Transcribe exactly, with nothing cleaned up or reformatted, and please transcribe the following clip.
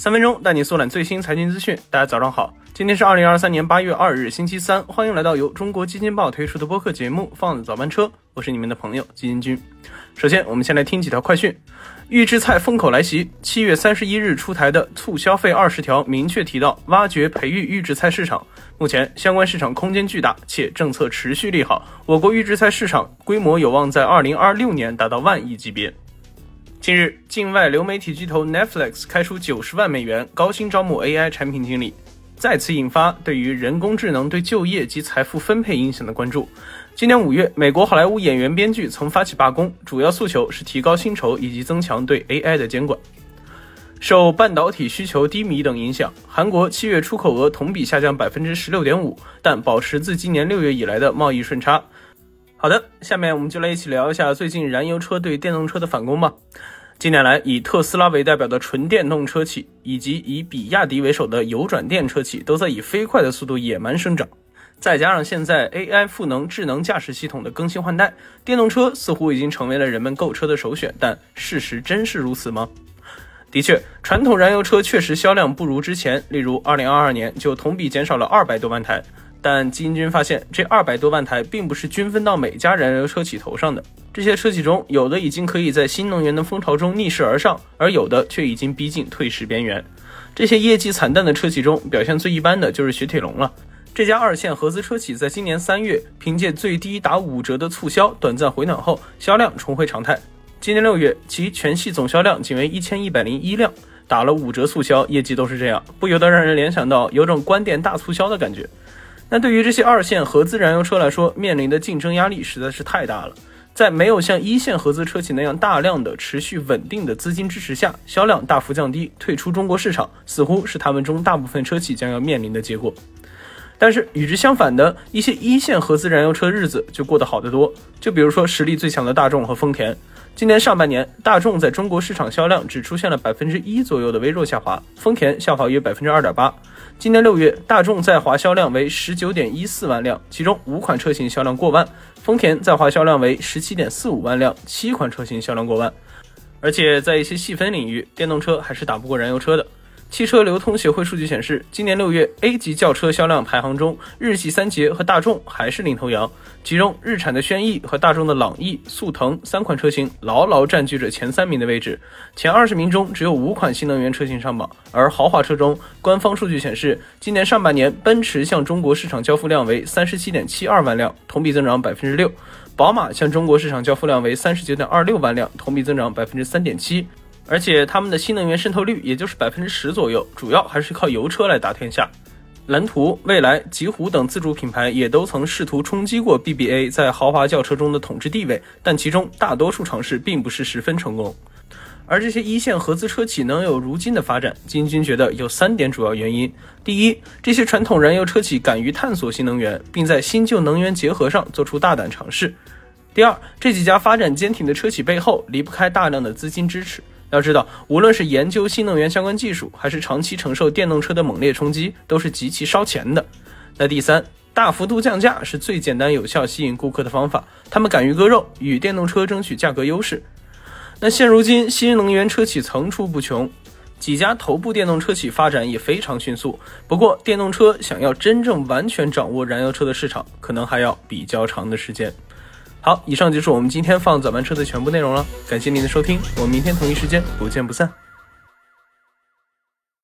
三分钟带你速览最新财经资讯。大家早上好，今天是二零二三年八月二日星期三，欢迎来到由中国基金报推出的播客节目放的早班车，我是你们的朋友基金君。首先我们先来听几条快讯。预制菜风口来袭，七月三十一日出台的促消费二十条明确提到挖掘培育预制菜市场，目前相关市场空间巨大，且政策持续利好，我国预制菜市场规模有望在二零二六年达到万亿级别。近日，境外流媒体巨头 Netflix 开出九十万美元高薪招募 A I 产品经理，再次引发对于人工智能对就业及财富分配影响的关注。今年五月，美国好莱坞演员编剧曾发起罢工，主要诉求是提高薪酬以及增强对 A I 的监管。受半导体需求低迷等影响，韩国七月出口额同比下降 百分之十六点五， 但保持自今年六月以来的贸易顺差。好的，下面我们就来一起聊一下最近燃油车对电动车的反攻吧。近年来，以特斯拉为代表的纯电动车企，以及以比亚迪为首的油转电车企，都在以飞快的速度野蛮生长。再加上现在 A I 赋能智能驾驶系统的更新换代，电动车似乎已经成为了人们购车的首选，但事实真是如此吗？的确，传统燃油车确实销量不如之前，例如二零二二年就同比减少了二百多万台，但基金君发现这二百多万台并不是均分到每家燃油车企头上的，这些车企中有的已经可以在新能源的风潮中逆势而上，而有的却已经逼近退市边缘。这些业绩惨淡的车企中，表现最一般的就是雪铁龙了。这家二线合资车企在今年三月凭借最低打五折的促销短暂回暖后，销量重回常态。今年六月，其全系总销量仅为一千一百零一辆，打了五折促销，业绩都是这样，不由得让人联想到有种关店大促销的感觉。那对于这些二线合资燃油车来说，面临的竞争压力实在是太大了。在没有像一线合资车企那样大量的持续稳定的资金支持下，销量大幅降低，退出中国市场，似乎是他们中大部分车企将要面临的结果。但是与之相反的，一些一线合资燃油车日子就过得好得多。就比如说实力最强的大众和丰田，今年上半年，大众在中国市场销量只出现了 百分之一 左右的微弱下滑，丰田下滑约 百分之二点八。今年六月，大众在华销量为 十九点一四万辆，其中五款车型销量过万，丰田在华销量为 十七点四五万辆，七款车型销量过万。而且在一些细分领域，电动车还是打不过燃油车的。汽车流通协会数据显示，今年六月 A 级轿车销量排行中，日系三杰和大众还是领头羊，其中日产的轩逸和大众的朗逸、速腾三款车型牢牢占据着前三名的位置，前二十名中只有五款新能源车型上榜。而豪华车中，官方数据显示，今年上半年奔驰向中国市场交付量为 三十七点七二万辆，同比增长 百分之六， 宝马向中国市场交付量为 三十九点二六万辆，同比增长 百分之三点七，而且他们的新能源渗透率也就是 百分之十 左右，主要还是靠油车来打天下。蓝图、蔚来、极狐等自主品牌也都曾试图冲击过 B B A 在豪华轿车中的统治地位，但其中大多数尝试并不是十分成功。而这些一线合资车企能有如今的发展，基金君觉得有三点主要原因。第一，这些传统燃油车企敢于探索新能源，并在新旧能源结合上做出大胆尝试。第二，这几家发展坚挺的车企背后离不开大量的资金支持。要知道，无论是研究新能源相关技术，还是长期承受电动车的猛烈冲击，都是极其烧钱的。那第三，大幅度降价是最简单有效吸引顾客的方法，他们敢于割肉，与电动车争取价格优势。那现如今新能源车企层出不穷，几家头部电动车企发展也非常迅速，不过电动车想要真正完全掌握燃油车的市场，可能还要比较长的时间。好，以上就是我们今天放早班车的全部内容了，感谢您的收听，我们明天同一时间不见不散。